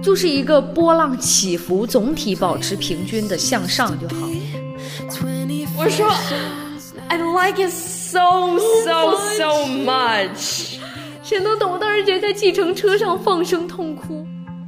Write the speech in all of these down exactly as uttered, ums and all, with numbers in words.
就是一个波浪起伏，总体保持平均的向上就好。 我说 I like it so so so much。 谁能懂？我当时觉得在计程车上放声痛哭。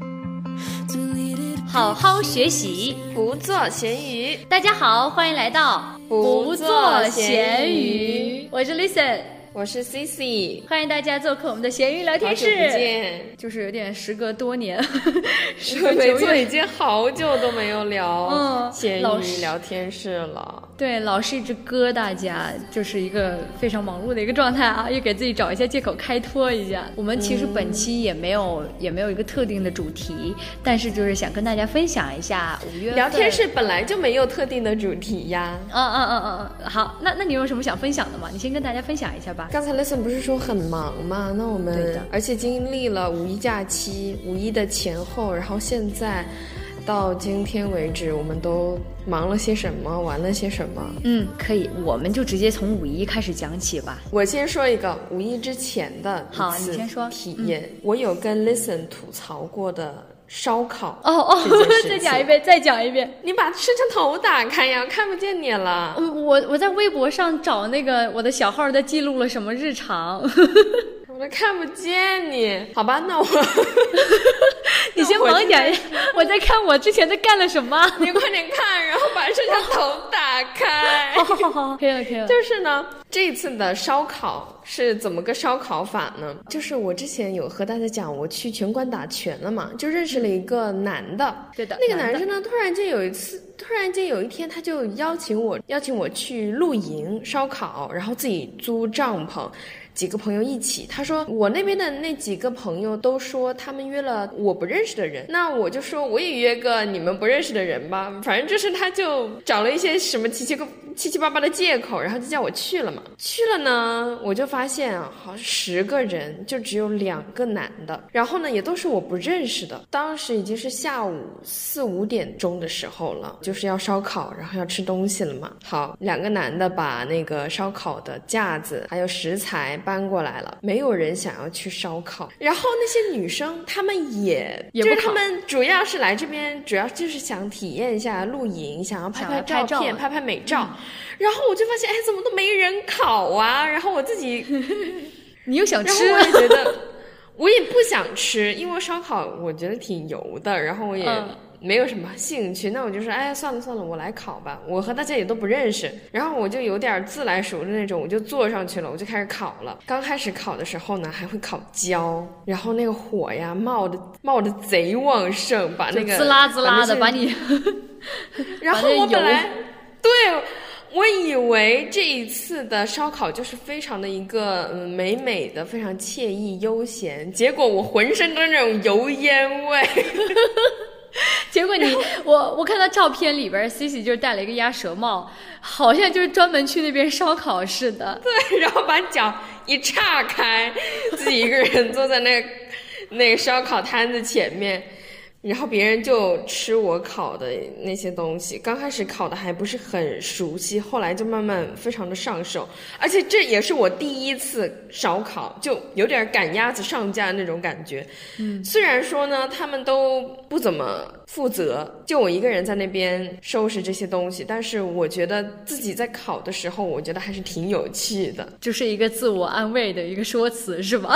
好好学习， 不做咸鱼。 大家好，欢迎来到不做咸鱼， 我是 Listen， 我是 C C， 欢迎大家做客我们的咸鱼聊天室。 好久不见， 就是有点时隔多年， 时隔没错，已经好久都没有聊嗯咸鱼聊天室了。 对，老是一直割大家，就是一个非常忙碌的一个状态啊，又给自己找一些借口开脱一下。我们其实本期也没有、嗯、也没有一个特定的主题，但是就是想跟大家分享一下五月份聊天室本来就没有特定的主题呀。 嗯嗯嗯嗯嗯，好，那那你有什么想分享的吗？你先跟大家分享一下吧。 刚才 Listen 不是说很忙吗？那我们而且经历了五一假期，五一的前后，然后现在到今天为止，我们都忙了些什么，玩了些什么？ 嗯，可以，我们就直接从五一开始讲起吧。 我先说一个五一之前的一好，你次先说体验。嗯、我有跟 Listen 吐槽过的烧烤。 哦哦，再讲一遍，再讲一遍。 你把摄像头打开呀，看不见你了。 我我在微博上找那个我的小号在记录了什么日常。 我都看不见你，好吧，那我你先忙一点，我在看我之前在干了什么。 你快点看，然后把摄像头打开。 好好好，可以了可以了。 就是呢，这一次的烧烤是怎么个烧烤法呢？就是我之前有和大家讲，我去拳馆打拳了嘛，就认识了一个男的。 对的， 那个男生呢，突然间有一次，突然间有一天，他就邀请我，邀请我去露营烧烤，然后自己租帐篷。几个朋友一起，他说我那边的那几个朋友都说他们约了我不认识的人，那我就说我也约个你们不认识的人吧，反正就是他就找了一些什么七七个七七八八的借口，然后就叫我去了嘛。去了呢，我就发现啊，好像十个人就只有两个男的，然后呢也都是我不认识的。当时已经是下午四五点钟的时候了，就是要烧烤，然后要吃东西了嘛。好，两个男的把那个烧烤的架子还有食材搬过来了，没有人想要去烧烤。然后那些女生她们也也就是她们主要是来这边主要就是想体验一下露营，想要拍拍照片拍拍美照、嗯、然后我就发现哎，怎么都没人烤啊，然后我自己你又想吃， 然后我也觉得我也不想吃，因为烧烤我觉得挺油的，然后我也、嗯没有什么兴趣，那我就说哎算了算了，我来烤吧。我和大家也都不认识，然后我就有点自来熟的那种，我就坐上去了，我就开始烤了。刚开始烤的时候呢，还会烤焦，然后那个火呀冒的冒的贼旺盛，把那个滋啦滋啦的把你然后我本来对我以为这一次的烧烤就是非常的一个嗯美美的，非常惬意悠闲，结果我浑身都是那种油烟味。 结果你我我看到照片里边 C C 就是戴了一个鸭舌帽，好像就是专门去那边烧烤似的。 对，然后把脚一岔开，自己一个人坐在那个那个烧烤摊子前面，然后别人就吃我烤的那些东西。刚开始烤的还不是很熟悉，后来就慢慢非常的上手，而且这也是我第一次烧烤，就有点赶鸭子上架那种感觉。嗯，虽然说呢他们都不怎么负责，就我一个人在那边收拾这些东西，但是我觉得自己在烤的时候，我觉得还是挺有趣的， 就是一个自我安慰的一个说辞，是吧？ 然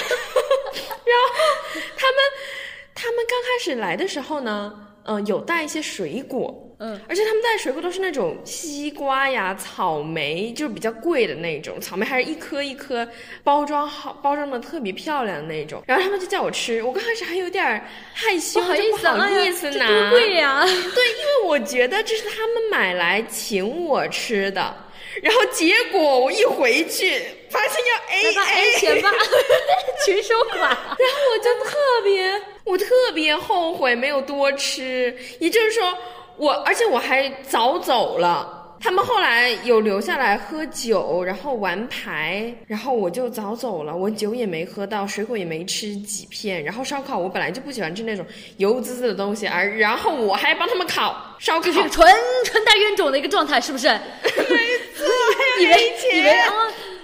后他们他们刚开始来的时候呢，嗯、呃，有带一些水果，嗯，而且他们带的水果都是那种西瓜呀、草莓，就是比较贵的那种，草莓还是一颗一颗包装好，包装的特别漂亮的那种。然后他们就叫我吃，我刚开始还有点害羞， 不好意思， 不好意思拿， 哎、多贵呀！ 对，因为我觉得这是他们买来请我吃的。然后结果我一回去发现要 A A 钱吧，群收款。然后我就特别我特别后悔没有多吃，也就是说我而且我还早走了，他们后来有留下来喝酒，然后玩牌，然后我就早走了，我酒也没喝到，水果也没吃几片，然后烧烤我本来就不喜欢吃那种油滋滋的东西，而然后我还帮他们烤烧烤， 就是纯纯带冤种的一个状态，是不是？ 没错， 以为以为啊、哦，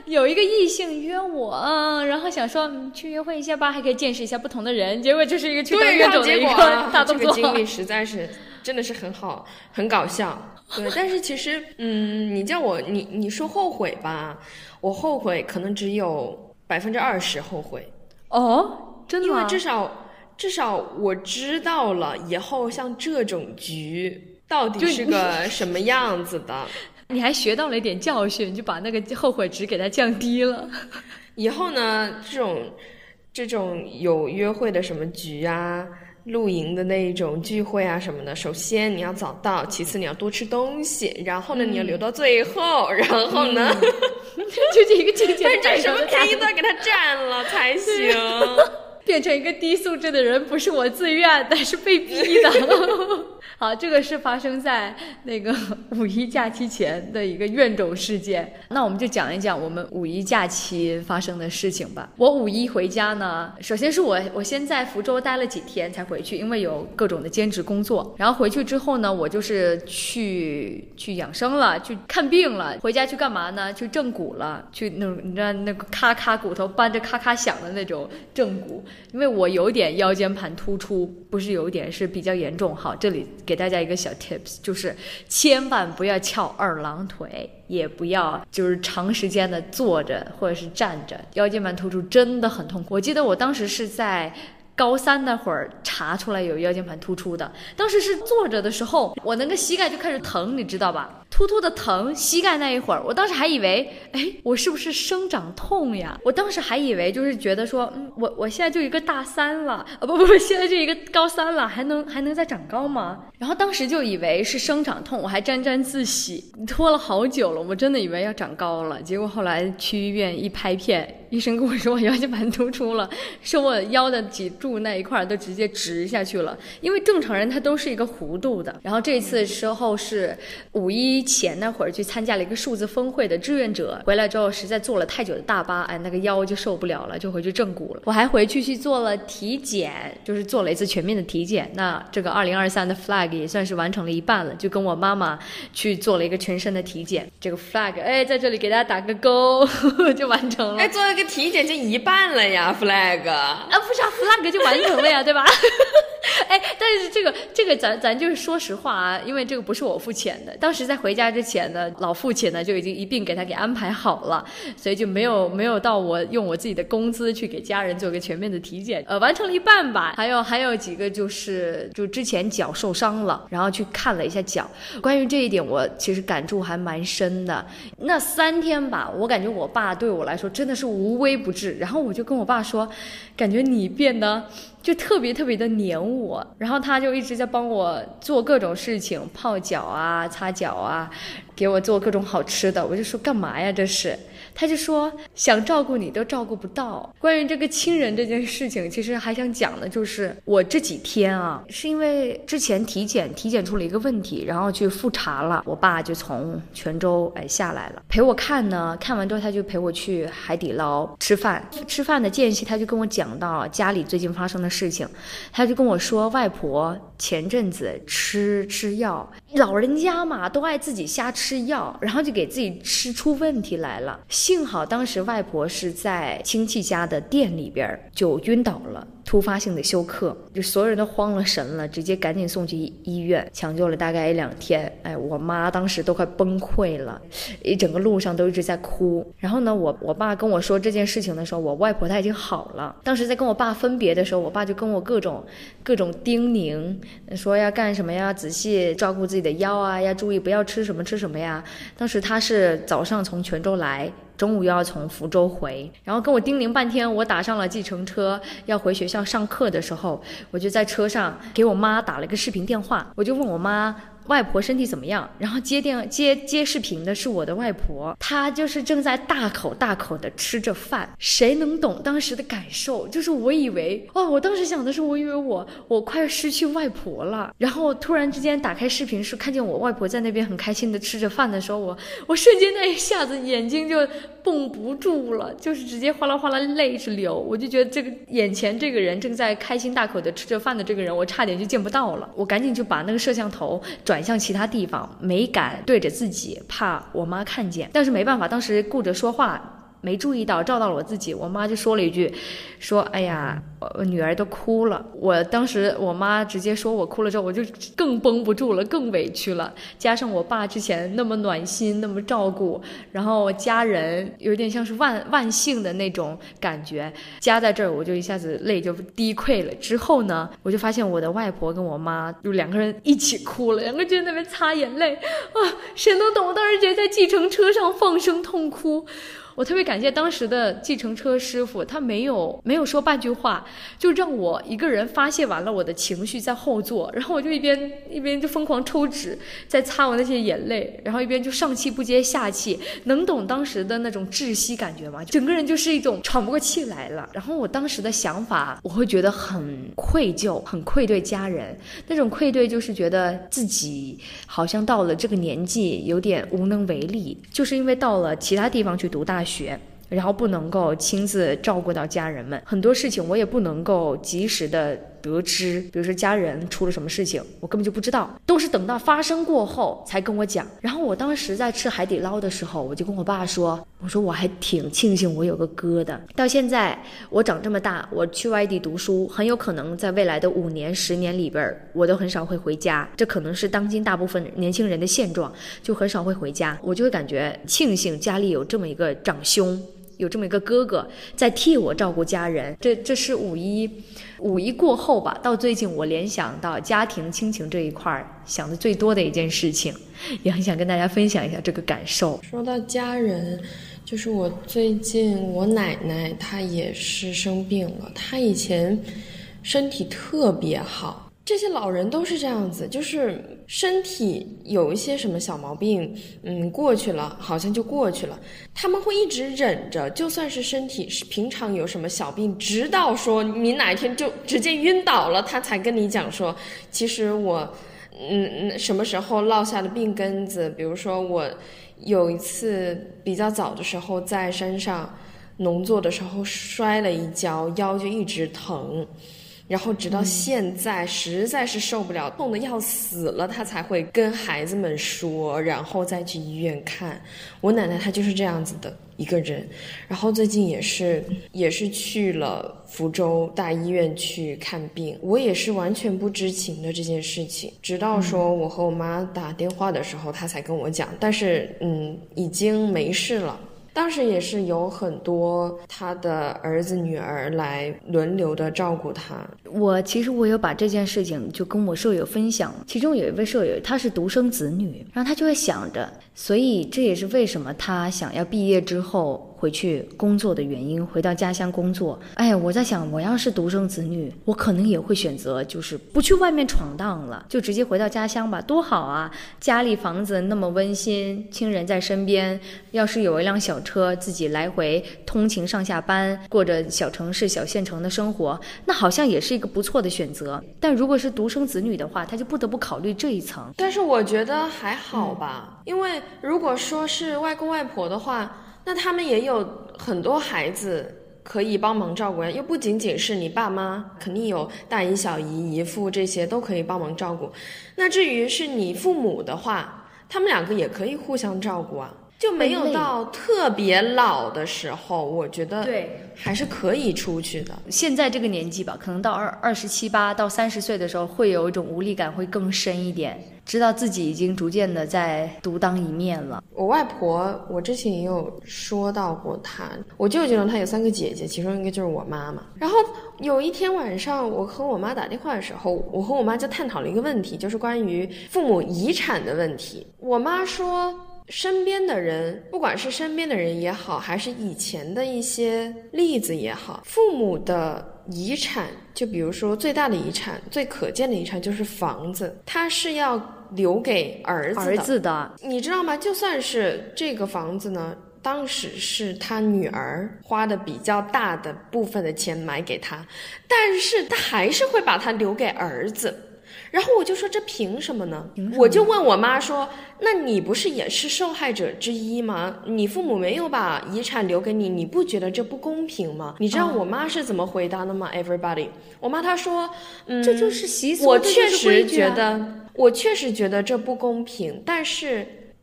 有一个异性约我，嗯，然后想说、嗯、去约会一下吧，还可以见识一下不同的人，结果就是一个去当冤种的一个大动作。 这个经历实在是真的是很好，很搞笑。对，但是其实，嗯，你叫我你你说后悔吧，我后悔可能只有百分之二十后悔。 哦，真的吗？ 因为至少至少我知道了以后像这种局到底是个什么样子的。 你还学到了一点教训，就把那个后悔值给它降低了。 以后呢，这种这种有约会的什么局啊，露营的那种聚会啊什么的，首先你要早到，其次你要多吃东西，然后呢、嗯、你要留到最后，然后呢、嗯、 就这一个境界， 这什么便宜都要给他占了才行。 变成一个低素质的人不是我自愿的，是被逼的。好，这个是发生在那个五一假期前的一个怨种事件。那我们就讲一讲我们五一假期发生的事情吧。我五一回家呢，首先是我我先在福州待了几天才回去，因为有各种的兼职工作。然后回去之后呢，我就是去去养生了，去看病了。回家去干嘛呢？去正骨了，去那种你知道那个咔咔骨头搬着咔咔响的那种正骨。因为我有点腰间盘突出，不是有点，是比较严重。好，这里给大家一个小 tips， 就是千万不要翘二郎腿，也不要就是长时间的坐着或者是站着，腰间盘突出真的很痛苦。我记得我当时是在高三那会儿查出来有腰间盘突出的，当时是坐着的时候，我那个膝盖就开始疼，你知道吧？突突的疼，膝盖那一会儿，我当时还以为，哎，我是不是生长痛呀？我当时还以为就是觉得说，嗯，我我现在就一个大三了，啊不不不，现在就一个高三了，还能还能再长高吗？然后当时就以为是生长痛，我还沾沾自喜，拖了好久了，我真的以为要长高了，结果后来去医院一拍片，医生跟我说我腰间盘突出了，说我腰的脊柱那一块都直接直下去了，因为正常人他都是一个弧度的。然后这次之后是五一前那会儿去参加了一个数字峰会的志愿者，回来之后实在坐了太久的大巴，哎，那个腰就受不了了，就回去正骨了。我还回去去做了体检，就是做了一次全面的体检。那这个二零二三的 flag 也算是完成了一半了，就跟我妈妈去做了一个全身的体检。这个 flag 哎，在这里给大家打个勾，就完成了。 哎，做了个体检就一半了呀 flag 啊，不是啊 flag 就完成了呀，对吧？哎，但是这个这个咱咱就是说实话啊，因为这个不是我付钱的，当时在回家之前呢，老父亲呢就已经一并给他给安排好了，所以就没有没有到我用我自己的工资去给家人做个全面的体检，呃，完成了一半吧。还有还有几个就是就之前脚受伤了，然后去看了一下脚。关于这一点，我其实感触还蛮深的。那三天吧，我感觉我爸对我来说真的是无微不至，然后我就跟我爸说，感觉你变得就特别特别的黏我，然后他就一直在帮我做各种事情，泡脚啊，擦脚啊，给我做各种好吃的。我就说干嘛呀这是，他就说想照顾你都照顾不到。关于这个亲人这件事情，其实还想讲的就是我这几天啊，是因为之前体检体检出了一个问题，然后去复查了，我爸就从泉州哎下来了陪我看呢，看完之后他就陪我去海底捞吃饭，吃饭的间隙他就跟我讲到家里最近发生的事情，他就跟我说外婆前阵子吃吃药，老人家嘛都爱自己瞎吃药，然后就给自己吃出问题来了。幸好当时外婆是在亲戚家的店里边就晕倒了，突发性的休克，就所有人都慌了神了，直接赶紧送去医院抢救了大概一两天。哎，我妈当时都快崩溃了，一整个路上都一直在哭。然后呢，我我爸跟我说这件事情的时候，我外婆她已经好了。当时在跟我爸分别的时候，我爸就跟我各种各种叮咛，说要干什么呀，仔细照顾自己的腰啊，要注意不要吃什么吃什么呀。当时他是早上从泉州来，中午又要从福州回，然后跟我叮咛半天。我打上了计程车要回学校上课的时候，我就在车上给我妈打了一个视频电话，我就问我妈外婆身体怎么样，然后接电接接视频的是我的外婆，她就是正在大口大口的吃着饭。谁能懂当时的感受？就是我以为哦，我当时想的是，我以为我我快失去外婆了，然后突然之间打开视频是看见我外婆在那边很开心的吃着饭的时候，我我瞬间那一下子眼睛就绷不住了，就是直接哗啦哗啦泪直流。我就觉得这个眼前这个人正在开心大口的吃着饭的这个人，我差点就见不到了。我赶紧就把那个摄像头转向其他地方，没敢对着自己，怕我妈看见。但是没办法，当时顾着说话没注意到，照到了我自己。我妈就说了一句，说哎呀，我女儿都哭了。我当时我妈直接说我哭了之后，我就更绷不住了，更委屈了。加上我爸之前那么暖心，那么照顾，然后家人有点像是万万幸的那种感觉，加在这儿，我就一下子泪就滴溃了。之后呢，我就发现我的外婆跟我妈就两个人一起哭了，两个人就在那边擦眼泪啊，谁能懂？我当时觉得在计程车上放声痛哭。我特别感谢当时的计程车师傅，他没有没有说半句话，就让我一个人发泄完了我的情绪在后座，然后我就一边一边就疯狂抽纸，在擦我那些眼泪，然后一边就上气不接下气，能懂当时的那种窒息感觉吗？整个人就是一种喘不过气来了。然后我当时的想法，我会觉得很愧疚，很愧对家人，那种愧对就是觉得自己好像到了这个年纪有点无能为力，就是因为到了其他地方去读大学学，然后不能够亲自照顾到家人们，很多事情我也不能够及时的得知，比如说家人出了什么事情，我根本就不知道，都是等到发生过后才跟我讲。然后我当时在吃海底捞的时候，我就跟我爸说，我说我还挺庆幸我有个哥的。到现在我长这么大，我去外地读书，很有可能在未来的五年十年里边，我都很少会回家，这可能是当今大部分年轻人的现状，就很少会回家。我就会感觉庆幸家里有这么一个长兄，有这么一个哥哥在替我照顾家人。这这是五一五一过后吧，到最近我联想到家庭亲情这一块想的最多的一件事情，也很想跟大家分享一下这个感受。 说到家人，就是我最近我奶奶她也是生病了，她以前身体特别好，这些老人都是这样子，就是身体有一些什么小毛病，嗯，过去了好像就过去了，他们会一直忍着，就算是身体是平常有什么小病，直到说你哪一天就直接晕倒了，他才跟你讲说，其实我嗯什么时候落下的病根子。比如说我有一次比较早的时候在山上农作的时候摔了一跤，腰就一直疼，然后直到现在实在是受不了，痛得要死了，他才会跟孩子们说，然后再去医院看。我奶奶她就是这样子的一个人，然后最近也是也是去了福州大医院去看病，我也是完全不知情的这件事情，直到说我和我妈打电话的时候她才跟我讲，但是嗯已经没事了。当时也是有很多他的儿子女儿来轮流的照顾他。 我其实我有把这件事情就跟我舍友分享，其中有一位舍友他是独生子女，然后他就会想着，所以这也是为什么他想要毕业之后回去工作的原因，回到家乡工作。哎呀，我在想，我要是独生子女，我可能也会选择就是不去外面闯荡了，就直接回到家乡吧，多好啊！家里房子那么温馨，亲人在身边，要是有一辆小车自己来回通勤上下班，过着小城市小县城的生活，那好像也是一个不错的选择。但如果是独生子女的话，他就不得不考虑这一层。 但是我觉得还好吧、嗯、因为如果说是外公外婆的话，那他们也有很多孩子可以帮忙照顾呀，又不仅仅是你爸妈，肯定有大姨小姨姨父，这些都可以帮忙照顾。那至于是你父母的话，他们两个也可以互相照顾啊，就没有到特别老的时候，我觉得对还是可以出去的。 现在这个年纪吧，可能到二二十七八到三十岁的时候，会有一种无力感会更深一点，知道自己已经逐渐的在独当一面了。 我外婆，我之前也有说到过她，我舅舅呢，她有三个姐姐，其中一个就是我妈妈。然后有一天晚上，我和我妈打电话的时候，我和我妈就探讨了一个问题，就是关于父母遗产的问题。我妈说，身边的人，不管是身边的人也好，还是以前的一些例子也好，父母的遗产，就比如说最大的遗产，最可见的遗产就是房子，它是要留给儿子的。 儿子的， 你知道吗？就算是这个房子呢，当时是他女儿花的比较大的部分的钱买给他，但是他还是会把它留给儿子。然后我就说，这凭什么呢？我就问我妈说，那你不是也是受害者之一吗？你父母没有把遗产留给你，你不觉得这不公平吗？你知道我妈是怎么回答的吗、oh. Everybody， 我妈她说，嗯， 这就是习俗， 我确实觉得，我确实觉得这不公平，但是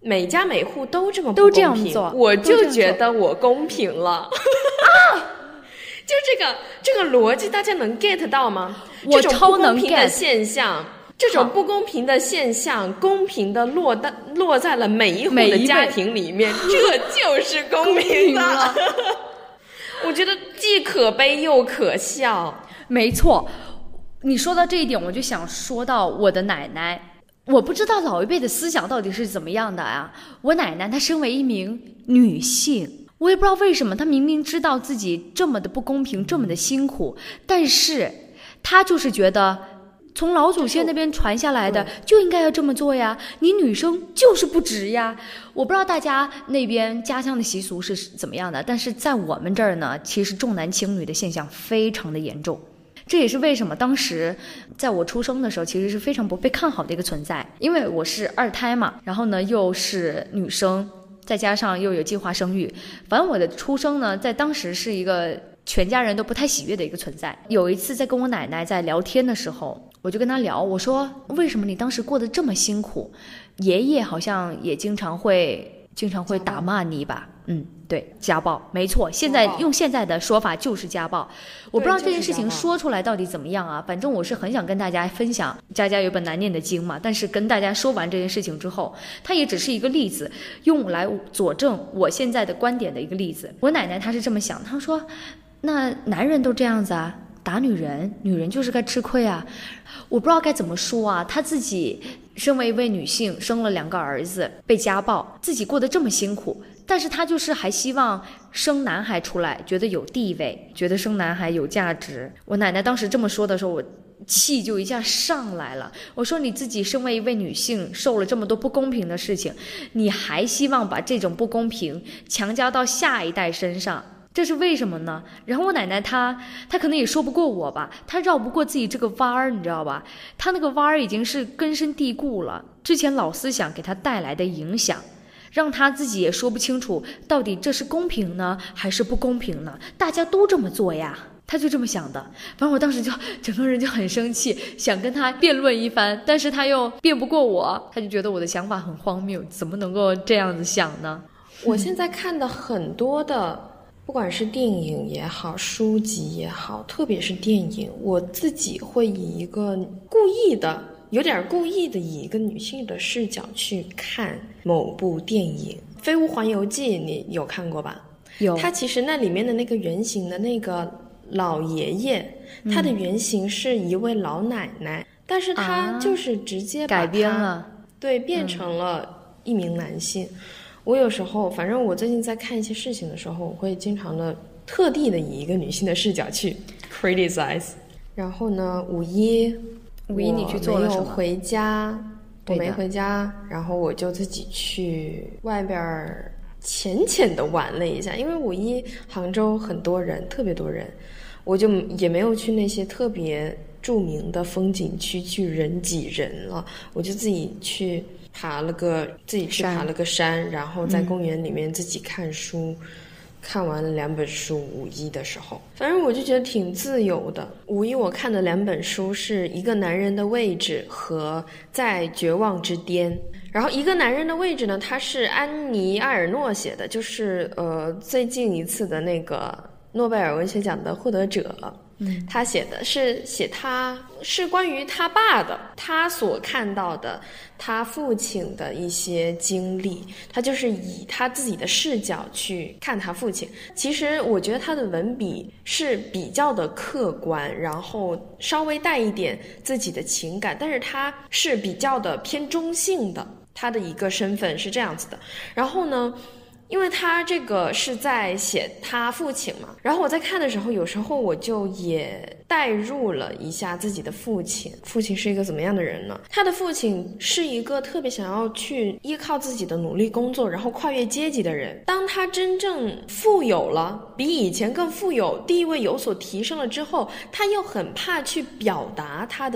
每家每户都这么不都公平， 这样做， 我就觉得我公平了啊！就这个这个逻辑，大家能 get 到吗？ 我超能 get 这种不公平的现象，这种不公平的现象，公平的落在落在了每一户的家庭里面，这就是公平的。我觉得既可悲又可笑。 没错，你说到这一点，我就想说到我的奶奶。我不知道老一辈的思想到底是怎么样的啊！我奶奶她身为一名女性，我也不知道为什么，她明明知道自己这么的不公平，这么的辛苦，但是她就是觉得从老祖先那边传下来的就应该要这么做呀，你女生就是不值呀。我不知道大家那边家乡的习俗是怎么样的，但是在我们这儿呢，其实重男轻女的现象非常的严重。这也是为什么当时在我出生的时候其实是非常不被看好的一个存在，因为我是二胎嘛，然后呢又是女生，再加上又有计划生育，反正我的出生呢在当时是一个全家人都不太喜悦的一个存在。有一次在跟我奶奶在聊天的时候，我就跟她聊，我说为什么你当时过得这么辛苦，爷爷好像也经常会经常会打骂你吧。嗯，对，家暴，没错，现在用现在的说法就是家暴。我不知道这件事情说出来到底怎么样啊，反正我是很想跟大家分享，家家有本难念的经嘛，但是跟大家说完这件事情之后，它也只是一个例子，用来佐证我现在的观点的一个例子。我奶奶她是这么想，她说那男人都这样子啊，打女人，女人就是该吃亏啊。我不知道该怎么说啊，她自己身为一位女性，生了两个儿子，被家暴，自己过得这么辛苦，但是她就是还希望生男孩出来，觉得有地位，觉得生男孩有价值。我奶奶当时这么说的时候，我气就一下上来了。我说你自己身为一位女性，受了这么多不公平的事情，你还希望把这种不公平强加到下一代身上，这是为什么呢？然后我奶奶她她可能也说不过我吧，她绕不过自己这个弯儿，你知道吧？她那个弯儿已经是根深蒂固了，之前老思想给她带来的影响，让她自己也说不清楚到底这是公平呢还是不公平呢？大家都这么做呀，她就这么想的。反正我当时就整个人就很生气，想跟她辩论一番，但是她又辩不过我，她就觉得我的想法很荒谬，怎么能够这样子想呢？ 我现在看的很多的不管是电影也好，书籍也好，特别是电影，我自己会以一个故意的有点故意的以一个女性的视角去看某部电影。《飞屋环游记》你有看过吧？ 有。 它其实那里面的那个原型的那个老爷爷，嗯、他的原型是一位老奶奶，但是他就是直接把改编了， 对，变成了一名男性。嗯，我有时候，反正我最近在看一些事情的时候，我会经常的特地的以一个女性的视角去 criticize。然后呢，五一， 五一你去做了什么？ 我没有回家，我没回家，然后我就自己去外边浅浅的玩了一下，因为五一杭州很多人，特别多人，我就也没有去那些特别著名的风景区去人挤人了，我就自己去。爬了个自己去爬了个山，然后在公园里面自己看书，嗯、看完了两本书。五一的时候，反正我就觉得挺自由的。五一我看的两本书是一个男人的位置和在绝望之巅。然后一个男人的位置呢，他是安妮埃尔诺写的，就是呃最近一次的那个诺贝尔文学奖的获得者。嗯，他写的是写他是关于他爸的，他所看到的他父亲的一些经历，他就是以他自己的视角去看他父亲。其实我觉得他的文笔是比较的客观，然后稍微带一点自己的情感，但是他是比较的偏中性的，他的一个身份是这样子的。然后呢，因为他这个是在写他父亲嘛，然后我在看的时候，有时候我就也带入了一下自己的父亲。父亲是一个怎么样的人呢？他的父亲是一个特别想要去依靠自己的努力工作，然后跨越阶级的人。当他真正富有了，比以前更富有，地位有所提升了之后，他又很怕去表达他的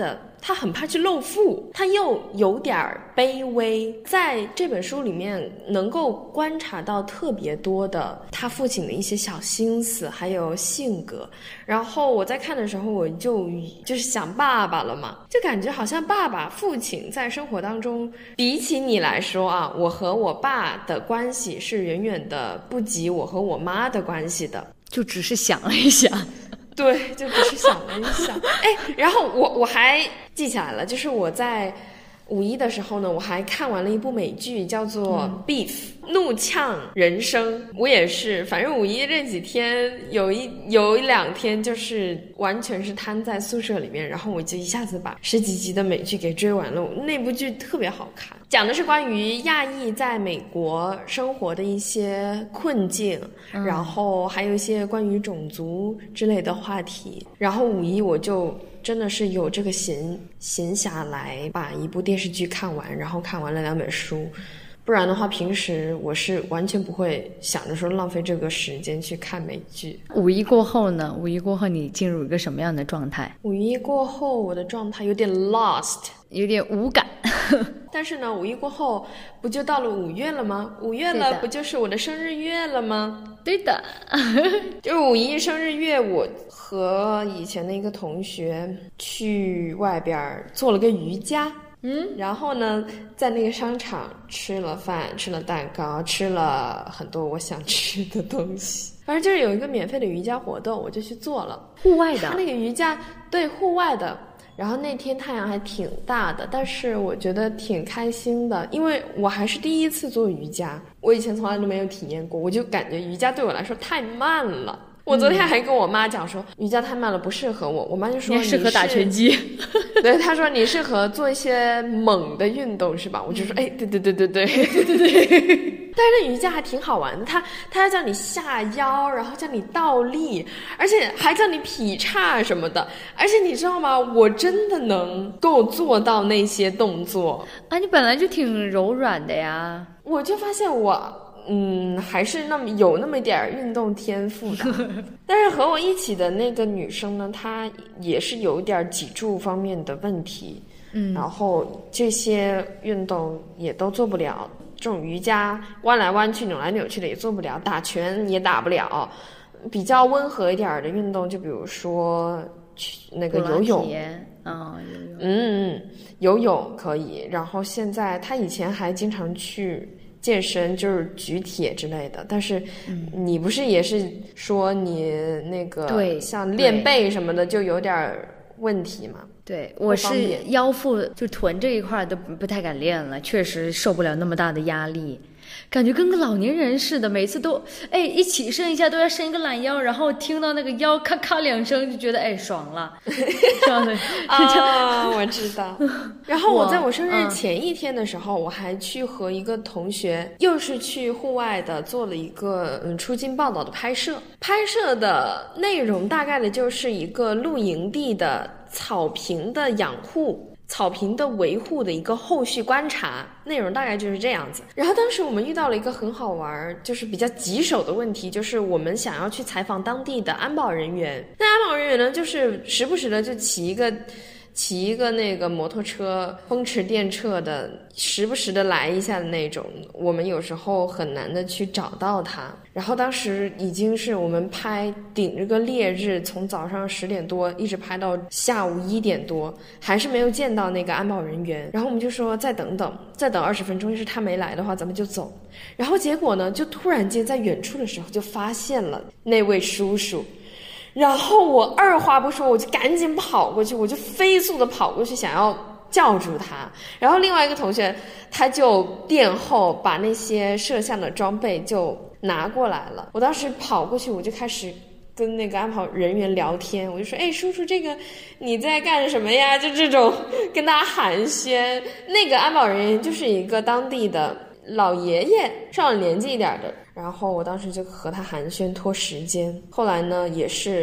他很怕去露富，他又有点卑微，在这本书里面能够观察到特别多的他父亲的一些小心思还有性格。然后我在看的时候我就就是想爸爸了嘛，就感觉好像爸爸父亲在生活当中比起你来说啊，我和我爸的关系是远远的不及我和我妈的关系的。 就只是想了一下。 对，就只是想了一想。哎，然后我我还记起来了，就是我在五一的时候呢，我还看完了一部美剧，叫做《Beef》、嗯、怒呛人生。我也是，反正五一这几天有一有一两天就是完全是瘫在宿舍里面，然后我就一下子把十几集的美剧给追完了。那部剧特别好看，讲的是关于亚裔在美国生活的一些困境、嗯、然后还有一些关于种族之类的话题。然后五一我就真的是有这个闲闲暇来把一部电视剧看完，然后看完了两本书，不然的话平时我是完全不会想着说浪费这个时间去看美剧。 五一过后呢？五一过后你进入一个什么样的状态？ 五一过后我的状态有点 lost， 有点无感。 但是呢，五一过后不就到了五月了吗？五月了不就是我的生日月了吗？ 对的。 就是五一生日月，我和以前的一个同学去外边做了个瑜伽，嗯，然后呢在那个商场吃了饭，吃了蛋糕，吃了很多我想吃的东西。反正就是有一个免费的瑜伽活动，我就去做了。 户外的？ 他那个瑜伽，对，户外的。然后那天太阳还挺大的，但是我觉得挺开心的，因为我还是第一次做瑜伽，我以前从来都没有体验过，我就感觉瑜伽对我来说太慢了。我昨天还跟我妈讲说、嗯、瑜伽太慢了不适合我，我妈就说你适合打拳击。 对，她说你适合做一些猛的运动是吧？我就说哎，对对对对对对对对。但是瑜伽还挺好玩的，它它要叫你下腰，然后叫你倒立，而且还叫你劈叉什么的。而且你知道吗？我真的能够做到那些动作啊！你本来就挺柔软的呀。 我就发现我。嗯，还是那么有那么点运动天赋的。但是和我一起的那个女生呢，她也是有点脊柱方面的问题，嗯，然后这些运动也都做不了，这种瑜伽弯来弯去扭来扭去的也做不了，打拳也打不了。比较温和一点的运动，就比如说那个游泳， 哦，游泳， 嗯，游泳可以。然后现在她以前还经常去健身，就是举铁之类的。但是你不是也是说你那个对像练背什么的就有点问题吗？ 对，我是腰腹就臀这一块都不太敢练了，确实受不了那么大的压力，感觉跟个老年人似的，每次都哎一起身一下都要伸一个懒腰，然后听到那个腰咔咔两声就觉得哎爽了。这样的啊，我知道。然后我在我生日前一天的时候，我还去和一个同学又是去户外的做了一个嗯出境报道的拍摄。拍摄的内容大概的就是一个露营地的草坪的养护，草坪的维护的一个后续观察，内容大概就是这样子。然后当时我们遇到了一个很好玩就是比较棘手的问题，就是我们想要去采访当地的安保人员。那安保人员呢，就是时不时的就骑一个骑一个那个摩托车，风驰电掣的，时不时的来一下的那种，我们有时候很难的去找到他。然后当时已经是我们拍顶着个烈日，从早上十点多一直拍到下午一点多，还是没有见到那个安保人员。然后我们就说再等等，再等二十分钟，要是他没来的话，咱们就走。然后结果呢，就突然间在远处的时候就发现了那位叔叔。然后我二话不说，我就赶紧跑过去，我就飞速的跑过去，想要叫住他。然后另外一个同学他就殿后把那些摄像的装备就拿过来了。我当时跑过去，我就开始跟那个安保人员聊天，我就说：“哎，叔叔，这个你在干什么呀？”就这种跟大家寒暄。那个安保人员就是一个当地的老爷爷，上了年纪一点的。然后我当时就和他寒暄拖时间，后来呢也是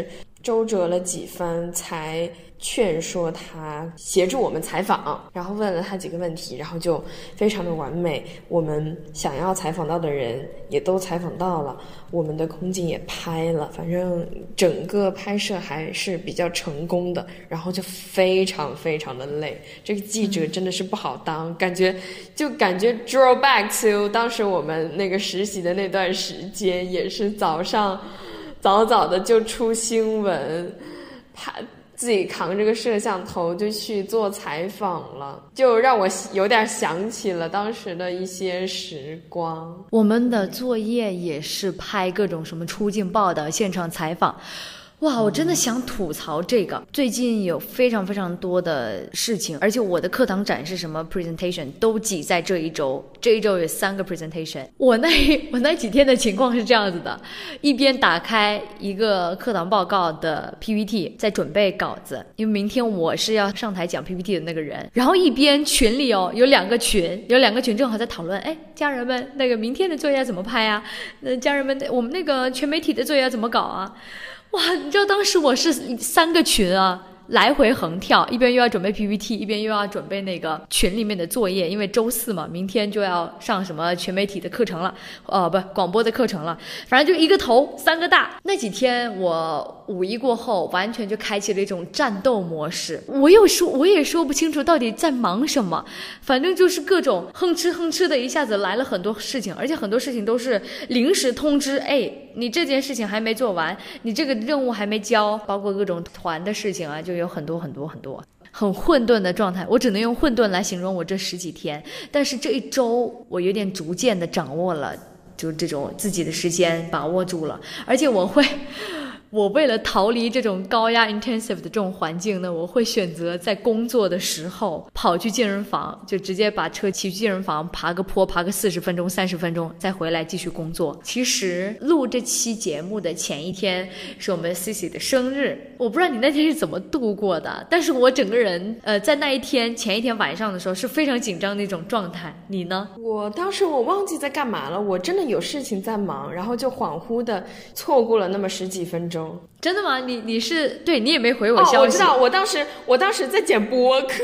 周折了几番才劝说他协助我们采访，然后问了他几个问题，然后就非常的完美，我们想要采访到的人也都采访到了，我们的空镜也拍了，反正整个拍摄还是比较成功的，然后就非常非常的累，这个记者真的是不好当、嗯、感觉就感觉 draw back to 当时我们那个实习的那段时间，也是早上早早的就出新闻，拍自己扛着个摄像头就去做采访了，就让我有点想起了当时的一些时光。 我们的作业也是拍各种什么出境报道、现场采访。哇，我真的想吐槽这个。最近有非常非常多的事情，而且我的课堂展示什么 presentation 都挤在这一周，这一周有三个 presentation。我那我那几天的情况是这样子的，一边打开一个课堂报告的 P P T 在准备稿子，因为明天我是要上台讲 P P T 的那个人，然后一边群里哦有两个群，有两个群正好在讨论，哎，家人们那个明天的作业怎么拍啊？那家人们我们那个全媒体的作业怎么搞啊？哇，你知道当时我是三个群啊，来回横跳，一边又要准备 P P T， 一边又要准备那个群里面的作业，因为周四嘛，明天就要上什么全媒体的课程了，呃，不，广播的课程了，反正就一个头三个大。那几天我五一过后，完全就开启了一种战斗模式，我又说我也说不清楚到底在忙什么，反正就是各种哼哧哼哧的，一下子来了很多事情，而且很多事情都是临时通知，哎，你这件事情还没做完，你这个任务还没交，包括各种团的事情啊，就有很多很多很多，很混沌的状态，我只能用混沌来形容我这十几天。但是这一周我有点逐渐的掌握了，就这种自己的时间把握住了，而且我会我为了逃离这种高压 intensive 的这种环境呢，我会选择在工作的时候跑去健身房，就直接把车骑去健身房，爬个坡，爬个四十分钟三十分钟，再回来继续工作。其实录这期节目的前一天是我们 Cici 的生日，我不知道你那天是怎么度过的，但是我整个人呃在那一天前一天晚上的时候是非常紧张的一种状态。你呢？ 我当时我忘记在干嘛了，我真的有事情在忙，然后就恍惚的错过了那么十几分钟。 真的吗？你你是对你也没回我消息。 哦，我知道，我当时我当时在剪播客。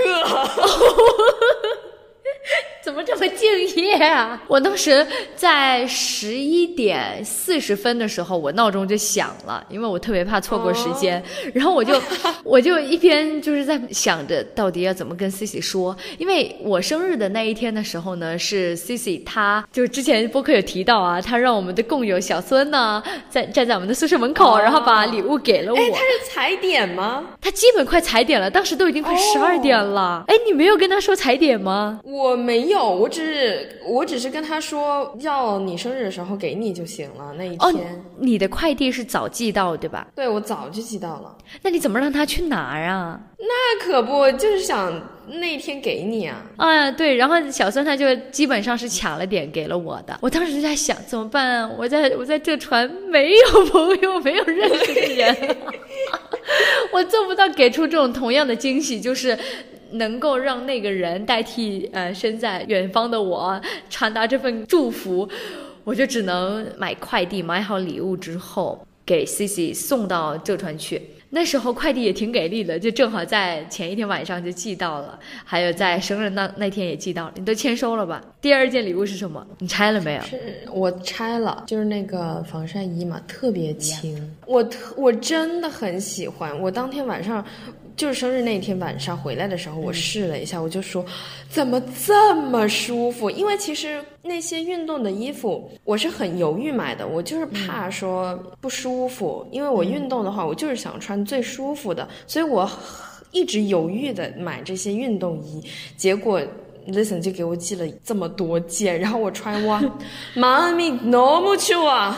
怎么这么敬业啊？我当时在十一点四十分的时候，我闹钟就响了，因为我特别怕错过时间。哦、然后我就我就一边就是在想着到底要怎么跟 Cici 说，因为我生日的那一天的时候呢，是 Cici 她就之前播客有提到啊，她让我们的共友小孙呢在站在我们的宿舍门口，哦、然后把礼物给了我。 哎，她是踩点吗？ 她基本快踩点了，当时都已经快十二点了。哎、哦，你没有跟她说踩点吗？ 我没有。我只是我只是跟他说要你生日的时候给你就行了那一天。哦， 你的快递是早寄到对吧？ 对，我早就寄到了。 那你怎么让他去拿啊？ 那可不，就是想那天给你啊。 啊，对，然后小孙他就基本上是抢了点给了我的。我当时就在想怎么办啊？我在我在这船没有朋友，没有认识的人，我做不到给出这种同样的惊喜，就是能够让那个人代替呃身在远方的我传达这份祝福，我就只能买快递，买好礼物之后给 Cici 送到浙传去。那时候快递也挺给力的，就正好在前一天晚上就寄到了，还有在生日那那天也寄到了。你都签收了吧？第二件礼物是什么？你拆了没有？ 是我拆了，就是那个防晒衣嘛，特别轻， yeah. 我特我真的很喜欢。我当天晚上就是生日那天晚上回来的时候，我试了一下，我就说怎么这么舒服？因为其实那些运动的衣服我是很犹豫买的，我就是怕说不舒服，因为我运动的话我就是想穿最舒服的，所以我一直犹豫的买这些运动衣，结果Listen 就给我寄了这么多件，然后我穿哇妈咪너무 좋아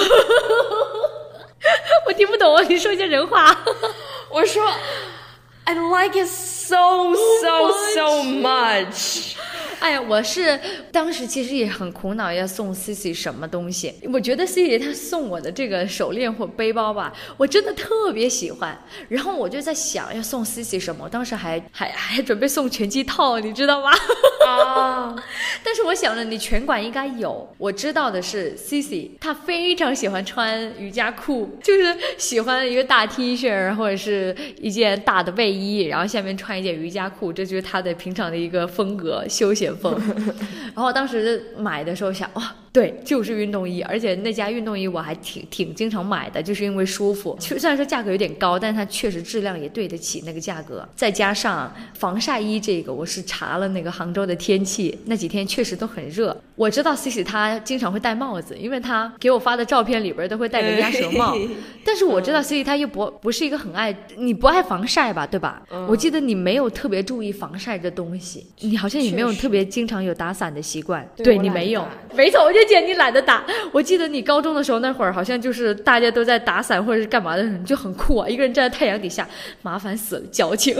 我听不懂，你说一下人话。 我说I like it so so so much。 哎呀，我是当时其实也很苦恼要送 Cici 什么东西。我觉得 Cici 她送我的这个手链或背包吧，我真的特别喜欢。然后我就在想要送 Cici 什么，我当时还还还准备送拳击套，你知道吗？ 啊！ 但是我想着你拳馆应该有。我知道的是 Cici 她非常喜欢穿瑜伽裤，就是喜欢一个大 T 恤或者是一件大的卫衣，然后下面穿一件瑜伽裤，这就是她的平常的一个风格，休闲风。然后当时买的时候想，哇，对，就是运动衣，而且那家运动衣我还挺挺经常买的，就是因为舒服。虽然说价格有点高，但是它确实质量也对得起那个价格。再加上防晒衣这个，我是查了那个杭州的天气，那几天确实都很热。我知道 Cici 她经常会戴帽子，因为她给我发的照片里边都会戴个鸭舌帽。但是我知道 Cici 她又不不是一个很爱，你不爱防晒吧，对吧？嗯、我记得你没有特别注意防晒这东西，你好像也没有特别经常有打伞的习惯。 对, 对你没有，没错，我就觉得你懒得打。我记得你高中的时候那会儿，好像就是大家都在打伞或者是干嘛的时候，你就很酷啊，一个人站在太阳底下，麻烦死了，矫情。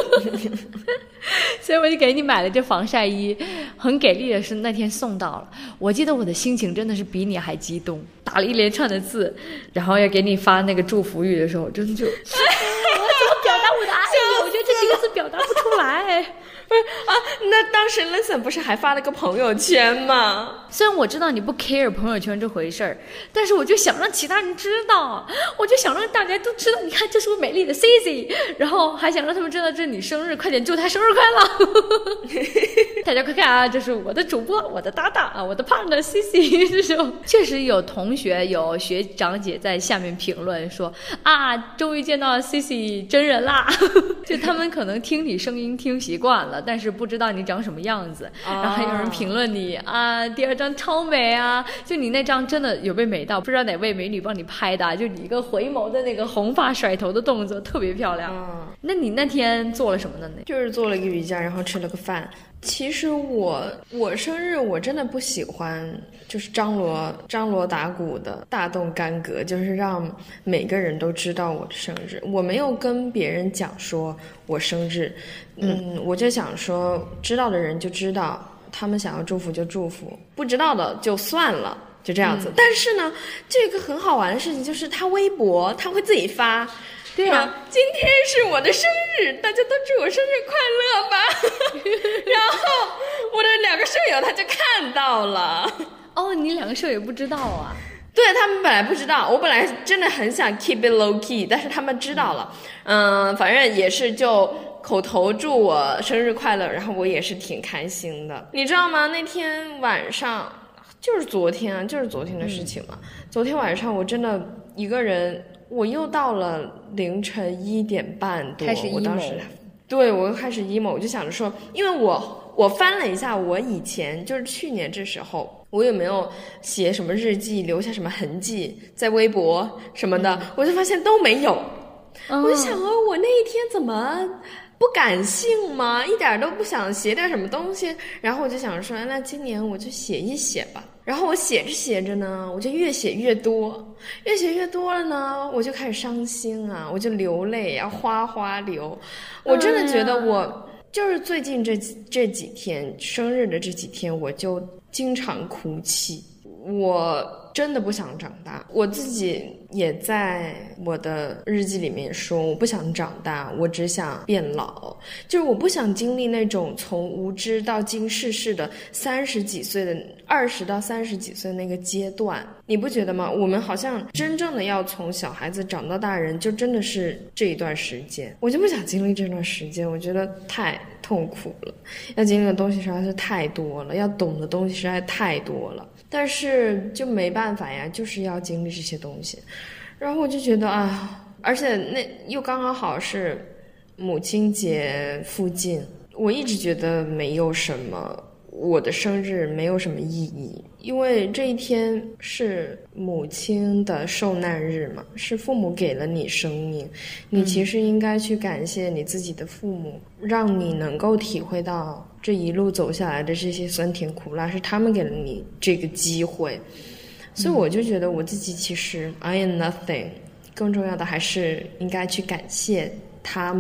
所以我就给你买了这防晒衣。很给力的是那天送到了，我记得我的心情真的是比你还激动，打了一连串的字，然后要给你发那个祝福语的时候，真的就我怎么表达我的爱意？我觉得这几个字表达不出来。 不是啊，那当时 Listen 不是还发了个朋友圈吗？ 虽然我知道你不 care 朋友圈这回事儿，但是我就想让其他人知道，我就想让大家都知道，你看这是我美丽的 Cici， 然后还想让他们知道这是你生日，快点祝他生日快乐。大家快看啊，这是我的主播，我的搭档啊，我的 partner Cici。这时候确实有同学有学长姐在下面评论说啊，终于见到 Cici 真人啦。就他们可能听你声音听习惯了，但是不知道你长什么样子，然后还有人评论你啊，第二张超美啊，就你那张真的有被美到，不知道哪位美女帮你拍的，就你一个回眸的那个红发甩头的动作特别漂亮。嗯、那你那天做了什么呢？ 就是做了一个瑜伽，然后吃了个饭。其实我我生日我真的不喜欢，就是张罗张罗打鼓的大动干戈，就是让每个人都知道我的生日。我没有跟别人讲说我生日，嗯，嗯我就想说知道的人就知道，他们想要祝福就祝福，不知道的就算了，就这样子。嗯、但是呢，这个很好玩的事情就是他微博他会自己发。 对啊， 今天是我的生日，大家都祝我生日快乐吧。然后我的两个舍友他就看到了。 哦，你两个舍友不知道啊？ 对，他们本来不知道，我本来真的很想 keep it low key， 但是他们知道了。嗯，反正也是就口头祝我生日快乐，然后我也是挺开心的。你知道吗？那天晚上就是昨天啊，就是昨天的事情嘛。嗯、昨天晚上我真的一个人。我又到了凌晨一点半多， 开始 emo。 我当时，对，我又开始 emo， 我就想着说，因为我我翻了一下，我以前就是去年这时候，我有没有写什么日记，留下什么痕迹，在微博什么的，嗯、我就发现都没有。哦、我就想说，我那一天怎么不感性吗？一点都不想写点什么东西。然后我就想说，那今年我就写一写吧。然后我写着写着呢，我就越写越多，越写越多了呢，我就开始伤心啊，我就流泪啊，哗哗流。我真的觉得我就是最近这这几天生日的这几天，我就经常哭泣。我真的不想长大，我自己也在我的日记里面说，我不想长大，我只想变老。就是我不想经历那种从无知到经世事的三十几岁的二十到三十几岁那个阶段，你不觉得吗？我们好像真正的要从小孩子长到大人，就真的是这一段时间。我就不想经历这段时间，我觉得太痛苦了，要经历的东西实在是太多了，要懂的东西实在太多了。但是就没办法呀，就是要经历这些东西。然后我就觉得啊，而且那又刚刚好是母亲节附近，我一直觉得没有什么，我的生日没有什么意义，因为这一天是母亲的受难日嘛，是父母给了你生命，你其实应该去感谢你自己的父母，让你能够体会到这一路走下来的这些酸甜苦辣，是他们给了你这个机会。所以我就觉得我自己其实 I am nothing， 更重要的还是应该去感谢他们。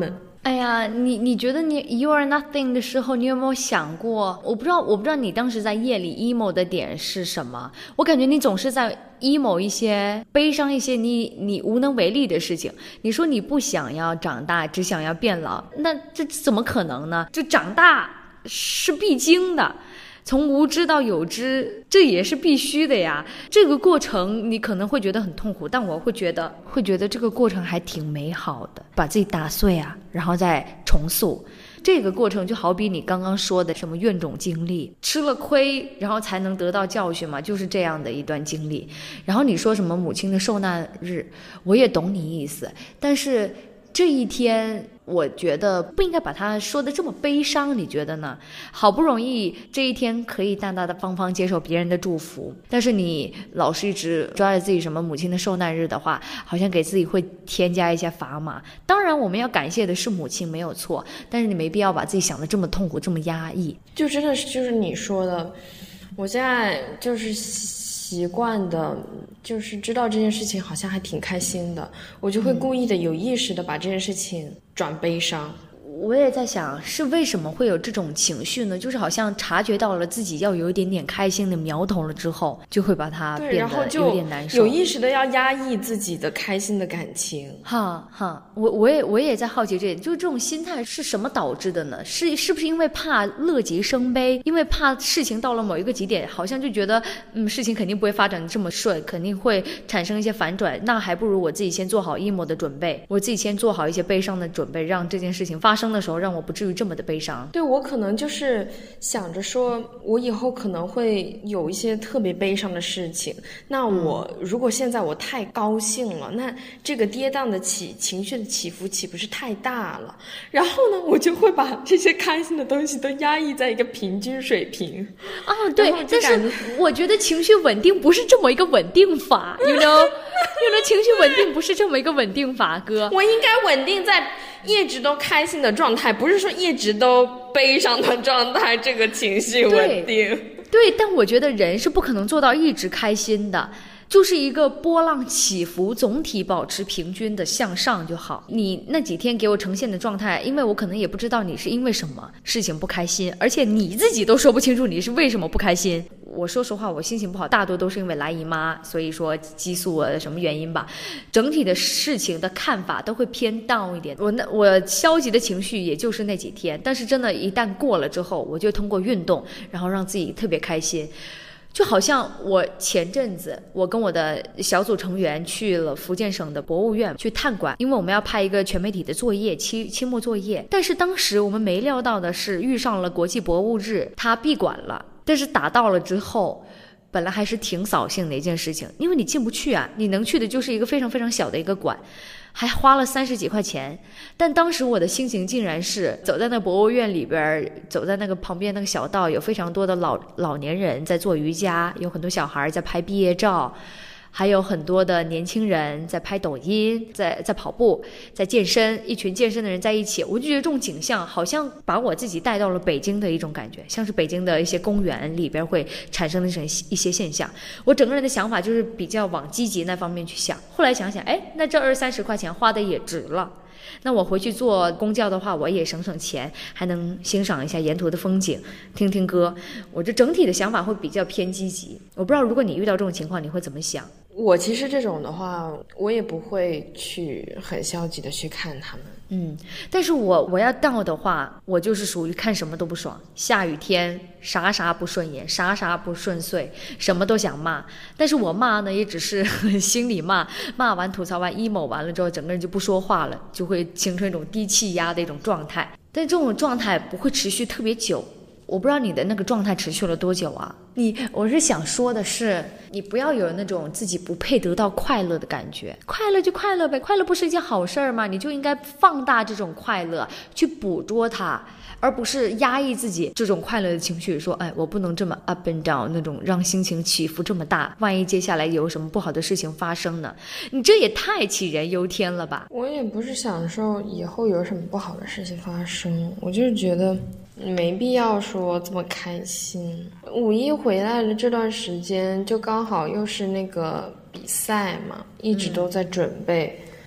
哎呀，你你觉得你 you are nothing 的时候，你有没有想过？我不知道，我不知道你当时在夜里 emo 的点是什么。我感觉你总是在 emo 一些悲伤一些你你无能为力的事情。你说你不想要长大，只想要变老，那这怎么可能呢？就长大是必经的。从无知到有知，这也是必须的呀。这个过程你可能会觉得很痛苦，但我会觉得会觉得这个过程还挺美好的。把自己打碎啊，然后再重塑。这个过程就好比你刚刚说的什么怨种经历，吃了亏然后才能得到教训嘛，就是这样的一段经历。然后你说什么母亲的受难日，我也懂你意思，但是这一天我觉得不应该把它说得这么悲伤，你觉得呢？好不容易这一天可以大大的方方接受别人的祝福，但是你老是一直抓着自己什么母亲的受难日的话，好像给自己会添加一些砝码。当然我们要感谢的是母亲没有错，但是你没必要把自己想得这么痛苦这么压抑。 就真的是就是你说的，我现在就是习惯的就是知道这件事情好像还挺开心的，我就会故意的有意识的把这件事情转悲伤。 我也在想是为什么会有这种情绪呢，就是好像察觉到了自己要有一点点开心的苗头了之后，就会把它变得有点难受， 有意识的要压抑自己的开心的感情。 哈哈，我我也我也在好奇这点，就是这种心态是什么导致的呢？是是不是因为怕乐极生悲，因为怕事情到了某一个极点，好像就觉得嗯事情肯定不会发展的这么顺，肯定会产生一些反转，那还不如我自己先做好 emo 的准备，我自己先做好一些悲伤的准备，让这件事情发生的时候让我不至于这么的悲伤。 对，我可能就是想着说我以后可能会有一些特别悲伤的事情，那我、嗯、如果现在我太高兴了，那这个跌宕的起情绪的起伏岂不是太大了？然后呢我就会把这些开心的东西都压抑在一个平均水平啊。对，但是我觉得情绪稳定不是这么一个稳定法，you know you know 情绪稳定不是这么一个稳定法，哥。 我应该稳定在一直都开心的状态，不是说一直都悲伤的状态，这个情绪稳定。 对，对，但我觉得人是不可能做到一直开心的，就是一个波浪起伏，总体保持平均的向上就好。你那几天给我呈现的状态，因为我可能也不知道你是因为什么事情不开心，而且你自己都说不清楚你是为什么不开心。我说实话，我心情不好大多都是因为来姨妈，所以说激素啊什么原因吧，整体的事情的看法都会偏 down 一点。我那我消极的情绪也就是那几天，但是真的一旦过了之后，我就通过运动然后让自己特别开心。就好像我前阵子我跟我的小组成员去了福建省的博物院去探馆，因为我们要拍一个全媒体的作业，期期末作业。但是当时我们没料到的是遇上了国际博物日，它闭馆了。但是打到了之后，本来还是挺扫兴的一件事情，因为你进不去啊，你能去的就是一个非常非常小的一个馆，还花了三十几块钱。但当时我的心情竟然是走在那博物院里边，走在那个旁边那个小道，有非常多的老老年人在做瑜伽，有很多小孩在拍毕业照，还有很多的年轻人在拍抖音，在在跑步，在健身，一群健身的人在一起。我就觉得这种景象好像把我自己带到了北京的一种感觉，像是北京的一些公园里边会产生的一些现象。我整个人的想法就是比较往积极那方面去想。后来想想，哎，那这二三十块钱花的也值了。那我回去坐公交的话，我也省省钱，还能欣赏一下沿途的风景，听听歌。我这整体的想法会比较偏积极。我不知道如果你遇到这种情况你会怎么想。 我其实这种的话，我也不会去很消极的去看他们。 嗯，但是我我要到的话，我就是属于看什么都不爽，下雨天啥啥不顺眼，啥啥不顺遂，什么都想骂。但是我骂呢，也只是心里骂，骂完吐槽完 emo 完了之后，整个人就不说话了，就会形成一种低气压的一种状态。但这种状态不会持续特别久。我不知道你的那个状态持续了多久啊？你，我是想说的是，你不要有那种自己不配得到快乐的感觉，快乐就快乐呗，快乐不是一件好事儿吗？你就应该放大这种快乐，去捕捉它，而不是压抑自己这种快乐的情绪，说，哎，我不能这么 up and down， 那种让心情起伏这么大，万一接下来有什么不好的事情发生呢？你这也太杞人忧天了吧？ 我也不是想说以后有什么不好的事情发生，我就是觉得没必要说这么开心。五一回来了这段时间，就刚好又是那个比赛嘛，一直都在准备。嗯、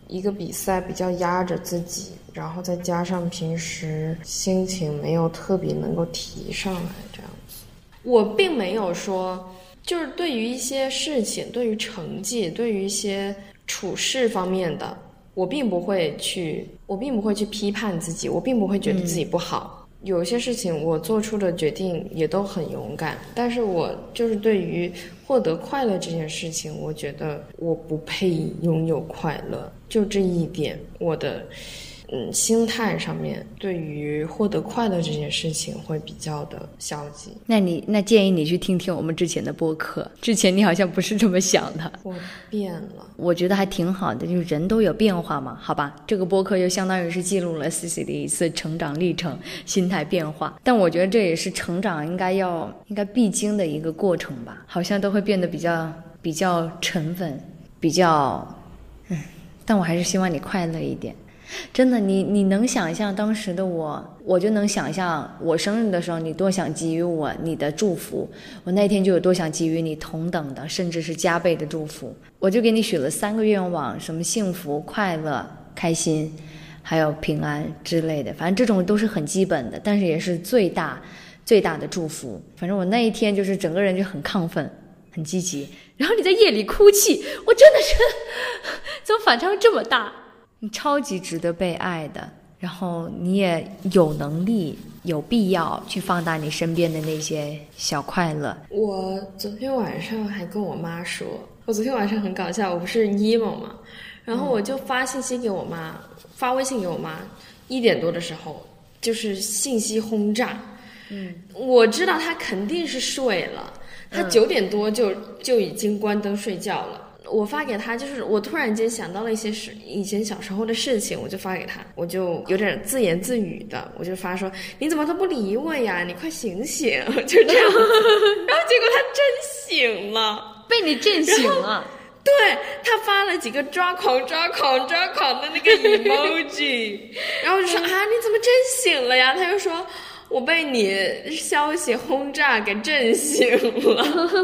一个比赛比较压着自己，然后再加上平时心情没有特别能够提上来这样子。我并没有说就是对于一些事情，对于成绩，对于一些处事方面的，我并不会去我并不会去批判自己，我并不会觉得自己不好、嗯、有些事情我做出的决定也都很勇敢，但是我就是对于获得快乐这件事情，我觉得我不配拥有快乐，就这一点，我的嗯，心态上面对于获得快乐这件事情会比较的消极。 那你那建议你去听听我们之前的播客，之前你好像不是这么想的。 我变了， 我觉得还挺好的，就是人都有变化嘛，好吧？这个播客就相当于是记录了 Cici 的一次成长历程，心态变化。但我觉得这也是成长应该要应该必经的一个过程吧，好像都会变得比较比较沉稳，比较嗯，但我还是希望你快乐一点。真的，你你能想象当时的我，我就能想象我生日的时候你多想给予我你的祝福，我那天就有多想给予你同等的甚至是加倍的祝福。我就给你许了三个愿望，什么幸福、快乐、开心还有平安之类的，反正这种都是很基本的，但是也是最大最大的祝福。反正我那一天就是整个人就很亢奋很积极，然后你在夜里哭泣，我真的是怎么反差这么大。你超级值得被爱的，然后你也有能力有必要去放大你身边的那些小快乐。 我昨天晚上还跟我妈说，我昨天晚上很搞笑，我不是 emo 嘛，然后我就发信息给我妈、嗯、发微信给我妈，一点多的时候就是信息轰炸。嗯，我知道她肯定是睡了，她九点多就、嗯、就已经关灯睡觉了。我发给他，就是我突然间想到了一些事，以前小时候的事情，我就发给他，我就有点自言自语的，我就发说你怎么都不理我呀，你快醒醒，就这样子。然后结果他真醒了， 被你震醒了。 对，他发了几个抓狂抓狂抓狂的那个 emoji， 然后我就说啊你怎么真醒了呀？他就说我被你消息轰炸给震醒了。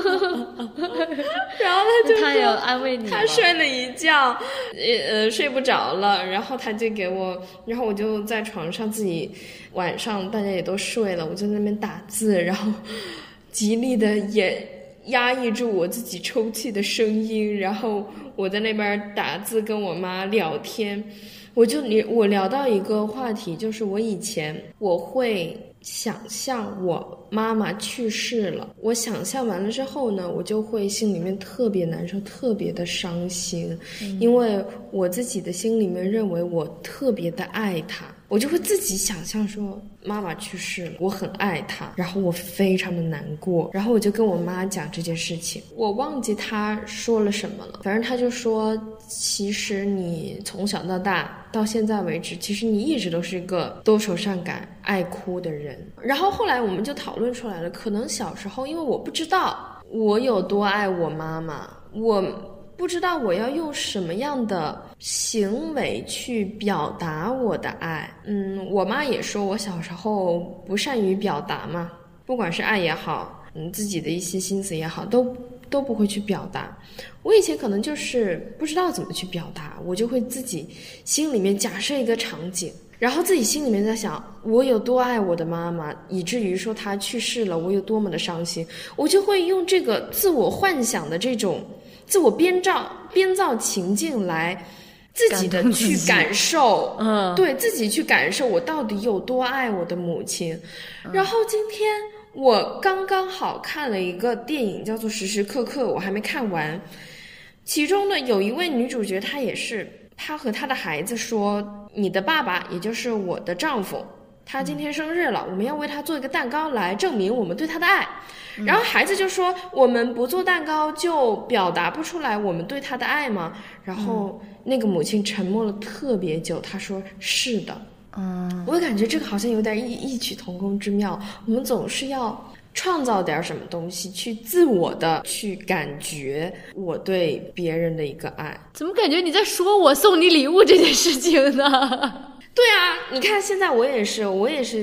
然后他就说他有安慰你吗？ 他睡了一觉呃睡不着了，然后他就给我，然后我就在床上自己，晚上大家也都睡了，我就在那边打字，然后极力的也压抑住我自己抽泣的声音，然后我在那边打字跟我妈聊天。我就我聊到一个话题，就是我以前我会想象我妈妈去世了，我想象完了之后呢，我就会心里面特别难受，特别的伤心、嗯、因为我自己的心里面认为我特别的爱她，我就会自己想象说妈妈去世了，我很爱她，然后我非常的难过，然后我就跟我妈讲这件事情，我忘记她说了什么了，反正她就说其实你从小到大到现在为止，其实你一直都是一个多愁善感爱哭的人。然后后来我们就讨论出来了，可能小时候因为我不知道我有多爱我妈妈，我不知道我要用什么样的行为去表达我的爱。嗯，我妈也说我小时候不善于表达嘛，不管是爱也好，嗯，自己的一些心思也好，都都不会去表达。我以前可能就是不知道怎么去表达，我就会自己心里面假设一个场景，然后自己心里面在想我有多爱我的妈妈，以至于说她去世了我有多么的伤心，我就会用这个自我幻想的这种自我编造编造情境来自己的去感受，嗯，对自己去感受我到底有多爱我的母亲、嗯、然后今天我刚刚好看了一个电影叫做时时刻刻，我还没看完，其中呢有一位女主角，她也是她和她的孩子说，你的爸爸也就是我的丈夫，他今天生日了、嗯、我们要为他做一个蛋糕来证明我们对他的爱、嗯、然后孩子就说我们不做蛋糕就表达不出来我们对他的爱吗？然后那个母亲沉默了特别久，她说是的。嗯，我感觉这个好像有点异异曲同工之妙，我们总是要创造点什么东西去自我的去感觉我对别人的一个爱。 怎么感觉你在说我送你礼物这件事情呢？ 对啊，你看现在我也是我也是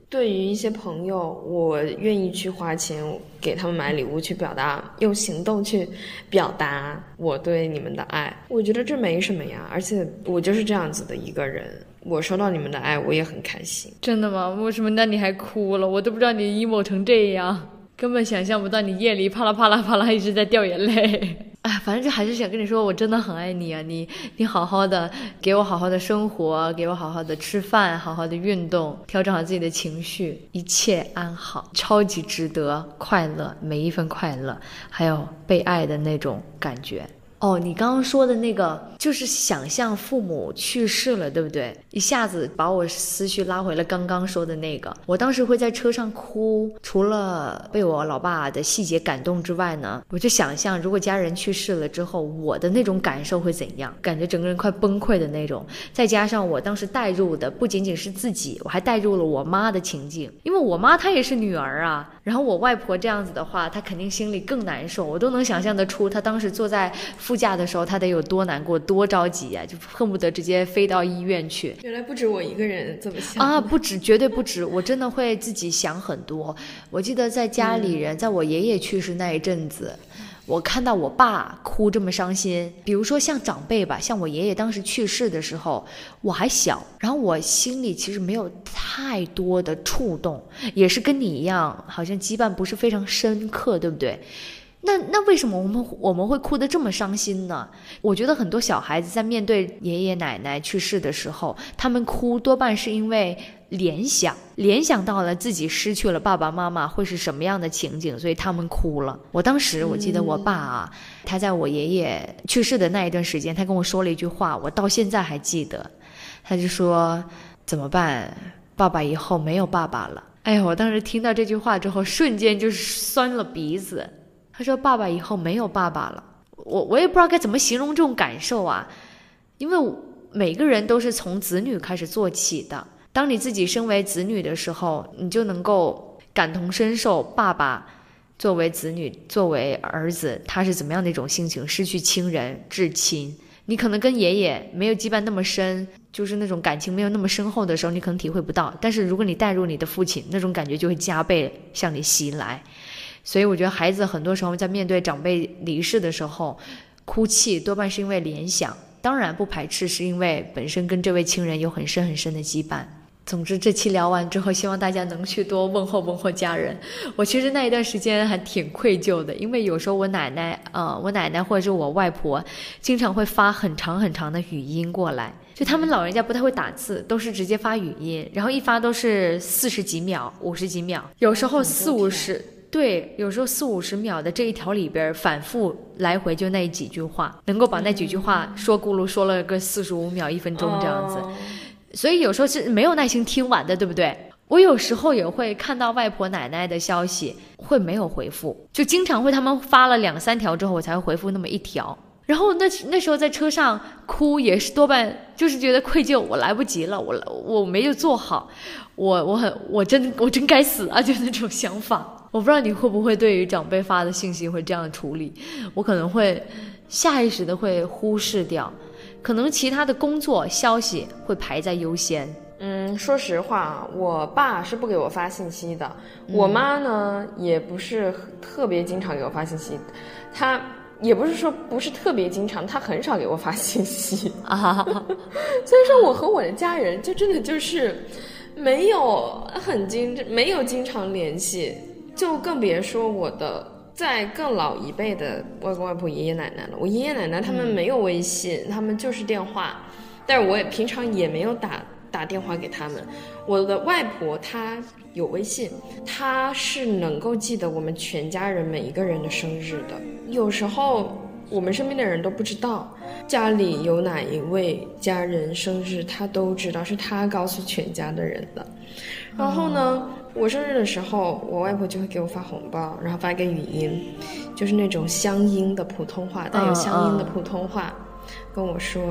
对于一些朋友，我愿意去花钱给他们买礼物，去表达，用行动去表达我对你们的爱。我觉得这没什么呀，而且我就是这样子的一个人，我收到你们的爱，我也很开心。 真的吗？为什么那你还哭了？我都不知道你 emo 成这样，根本想象不到你夜里啪啦啪啦啪啦一直在掉眼泪。哎，反正就还是想跟你说，我真的很爱你啊！你你好好的给我好好的生活，给我好好的吃饭，好好的运动，调整好自己的情绪，一切安好，超级值得快乐，每一份快乐，还有被爱的那种感觉。哦，你刚刚说的那个就是想象父母去世了，对不对？一下子把我思绪拉回了刚刚说的那个。我当时会在车上哭，除了被我老爸的细节感动之外呢，我就想象如果家人去世了之后，我的那种感受会怎样，感觉整个人快崩溃的那种。再加上我当时带入的不仅仅是自己，我还带入了我妈的情境，因为我妈她也是女儿啊，然后我外婆这样子的话，她肯定心里更难受，我都能想象得出她当时坐在副驾的时候，她得有多难过多着急啊，就恨不得直接飞到医院去。 原来不止我一个人这么想啊，不止，绝对不止，我真的会自己想很多。我记得在家里人、嗯、在我爷爷去世那一阵子，我看到我爸哭这么伤心，比如说像长辈吧，像我爷爷当时去世的时候我还小，然后我心里其实没有太多的触动，也是跟你一样，好像羁绊不是非常深刻，对不对？那那为什么我们我们会哭得这么伤心呢？我觉得很多小孩子在面对爷爷奶奶去世的时候，他们哭多半是因为联想联想到了自己失去了爸爸妈妈会是什么样的情景，所以他们哭了。我当时我记得我爸啊、嗯、他在我爷爷去世的那一段时间，他跟我说了一句话，我到现在还记得。他就说怎么办，爸爸以后没有爸爸了。哎呀，我当时听到这句话之后瞬间就酸了鼻子。他说爸爸以后没有爸爸了，我我也不知道该怎么形容这种感受啊，因为每个人都是从子女开始做起的，当你自己身为子女的时候，你就能够感同身受爸爸作为子女作为儿子他是怎么样的一种心情，失去亲人至亲。你可能跟爷爷没有羁绊那么深，就是那种感情没有那么深厚的时候，你可能体会不到，但是如果你带入你的父亲，那种感觉就会加倍向你袭来。所以我觉得孩子很多时候在面对长辈离世的时候哭泣，多半是因为联想，当然不排斥是因为本身跟这位亲人有很深很深的羁绊。总之这期聊完之后，希望大家能去多问候问候家人。我其实那一段时间还挺愧疚的，因为有时候我奶奶呃，我奶奶或者是我外婆经常会发很长很长的语音过来，就他们老人家不太会打字，都是直接发语音，然后一发都是四十几秒五十几秒，有时候四五十对，有时候四五十秒的这一条里边反复来回就那几句话，能够把那几句话说咕噜说了个四十五秒一分钟这样子、哦、所以有时候是没有耐心听完的，对不对？我有时候也会看到外婆奶奶的消息会没有回复，就经常会他们发了两三条之后我才会回复那么一条，然后那那时候在车上哭也是多半就是觉得愧疚，我来不及了，我我没有做好，我我很我真我真该死啊，就那种想法。我不知道你会不会对于长辈发的信息会这样处理，我可能会下意识的会忽视掉，可能其他的工作消息会排在优先。 嗯，说实话，我爸是不给我发信息的，嗯、我妈呢也不是特别经常给我发信息，她也不是说不是特别经常，她很少给我发信息啊。所以说我和我的家人就真的就是没有很经没有经常联系，就更别说我的在更老一辈的外公外婆爷爷奶奶了。我爷爷奶奶他们没有微信、嗯、他们就是电话，但是我也平常也没有打打电话给他们。我的外婆她有微信，她是能够记得我们全家人每一个人的生日的，有时候我们身边的人都不知道家里有哪一位家人生日，她都知道，是她告诉全家的人的。然后呢、嗯、我生日的时候我外婆就会给我发红包，然后发个语音，就是那种乡音的普通话，带有乡音的普通话、嗯嗯、跟我说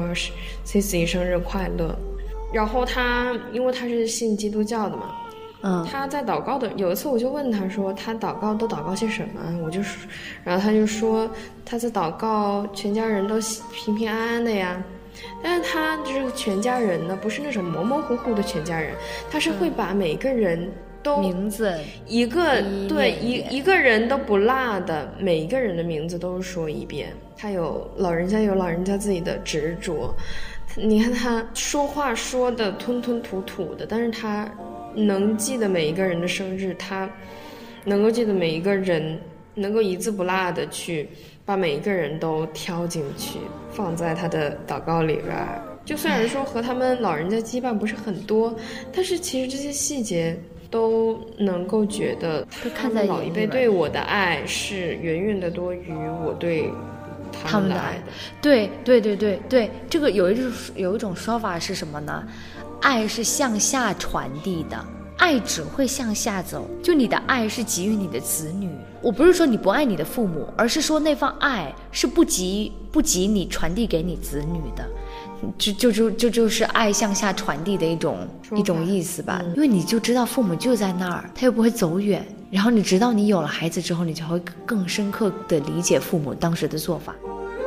C C 生日快乐。然后他因为他是信基督教的嘛，嗯，他在祷告的有一次我就问他说他祷告都祷告些什么，我就说，然后他就说他在祷告全家人都平平安安的呀。但是他这个全家人呢不是那种模模糊糊的全家人，他是会把每个人都名字一个对一一一个人都不落的，每一个人的名字都说一遍。他有老人家有老人家自己的执着，你看他说话说的吞吞吐吐的，但是他能记得每一个人的生日，他能够记得每一个人，能够一字不落的去把每一个人都挑进去，放在他的祷告里边。就虽然说和他们老人家羁绊不是很多，但是其实这些细节都能够觉得他们老一辈对我的爱是远远的多于我对他们的爱的。 对对对对对，这个有一种有一种说法是什么呢？爱是向下传递的，爱只会向下走，就你的爱是给予你的子女。我不是说你不爱你的父母，而是说那份爱是不及不及你传递给你子女的。就就就就就是爱向下传递的一种一种意思吧、嗯、因为你就知道父母就在那儿，他又不会走远，然后你直到你有了孩子之后，你就会更深刻的理解父母当时的做法。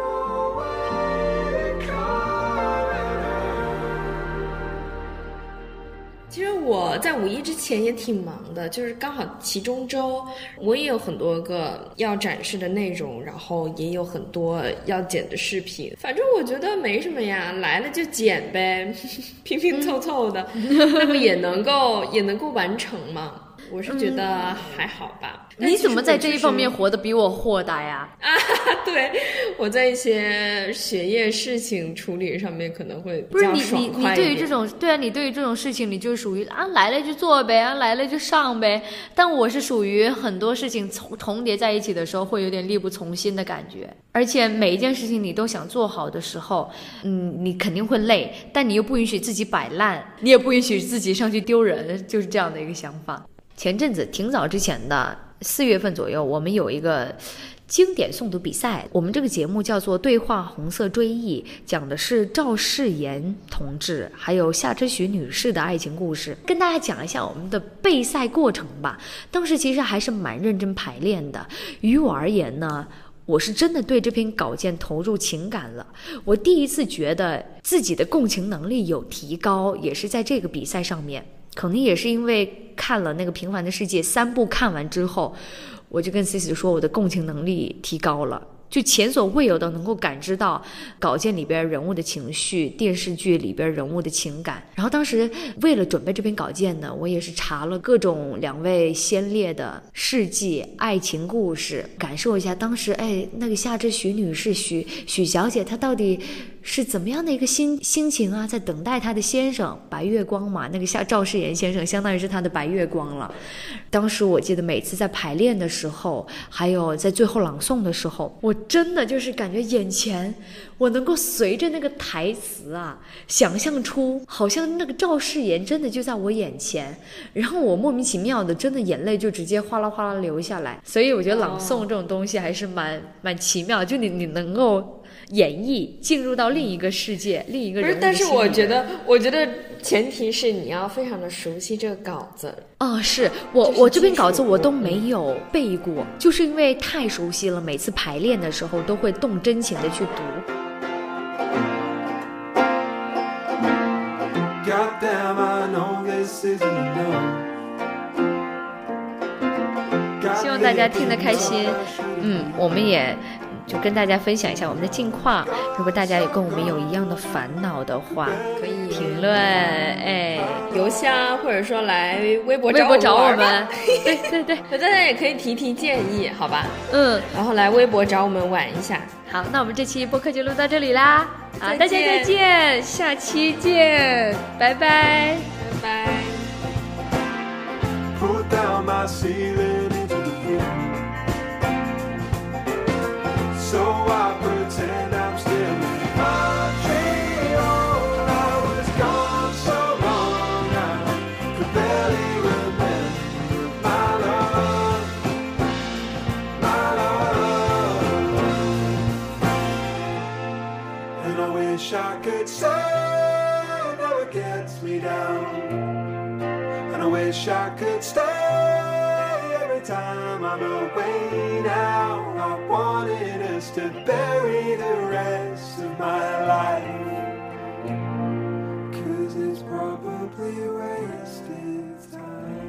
其实我在五一之前也挺忙的，就是刚好其中周我也有很多个要展示的内容，然后也有很多要剪的视频，反正我觉得没什么呀，来了就剪呗，拼拼凑凑的、嗯、那么也能够也能够完成嘛，我是觉得还好吧、 嗯、你怎么在这一方面活得比我豁达呀？ 啊，对，我在一些学业事情处理上面可能会比较爽快一点。 不是你你你对于这种对啊，你对于这种事情你就属于啊来了就做呗，啊来了就上呗。但我是属于很多事情重重叠在一起的时候会有点力不从心的感觉，而且每一件事情你都想做好的时候，嗯，你肯定会累，但你又不允许自己摆烂，你也不允许自己上去丢人，就是这样的一个想法。前阵子挺早之前的四月份左右，我们有一个经典诵读比赛，我们这个节目叫做对话红色追忆，讲的是赵世炎同志还有夏之许女士的爱情故事。跟大家讲一下我们的备赛过程吧。当时其实还是蛮认真排练的，于我而言呢，我是真的对这篇稿件投入情感了。我第一次觉得自己的共情能力有提高，也是在这个比赛上面。可能也是因为看了那个《平凡的世界》三部看完之后，我就跟 Cici 说我的共情能力提高了，就前所未有的能够感知到稿件里边人物的情绪，电视剧里边人物的情感。然后当时为了准备这篇稿件呢，我也是查了各种两位先烈的事迹爱情故事，感受一下当时哎那个夏之许女士许许小姐她到底是怎么样的一个心心情啊，在等待她的先生白月光嘛，那个夏赵世炎先生相当于是她的白月光了。当时我记得每次在排练的时候，还有在最后朗诵的时候，我真的就是感觉眼前我能够随着那个台词啊，想象出好像那个赵世炎真的就在我眼前，然后我莫名其妙的真的眼泪就直接哗啦哗啦流下来。所以我觉得朗诵这种东西还是蛮、哦、蛮奇妙，就你你能够演绎进入到另一个世界、嗯、另一个人物的但是我觉得我觉得前提是你要非常的熟悉这个稿子。 哦，是我、就是、我这篇稿子我都没有背过，就是因为太熟悉了，每次排练的时候都会动真情的去读。希望大家听得开心。嗯，我们也就跟大家分享一下我们的近况，如果大家有跟我们有一样的烦恼的话， 可以评论，哎， 邮箱或者说来微博微博找我们，对对对， 大家也可以提提建议，好吧？ 嗯， 然后来微博找我们玩一下。 好，那我们这期播客就录到这里啦，好，大家再见，下期见，拜拜， 拜拜。So I pretend I'm still in Montreal. I was gone so long I could barely remember my love, my love. And I wish I could say it never gets me down. And I wish I could stay every time I'm away now. I wanted us to bury the rest of my life, 'cause it's probably wasted time.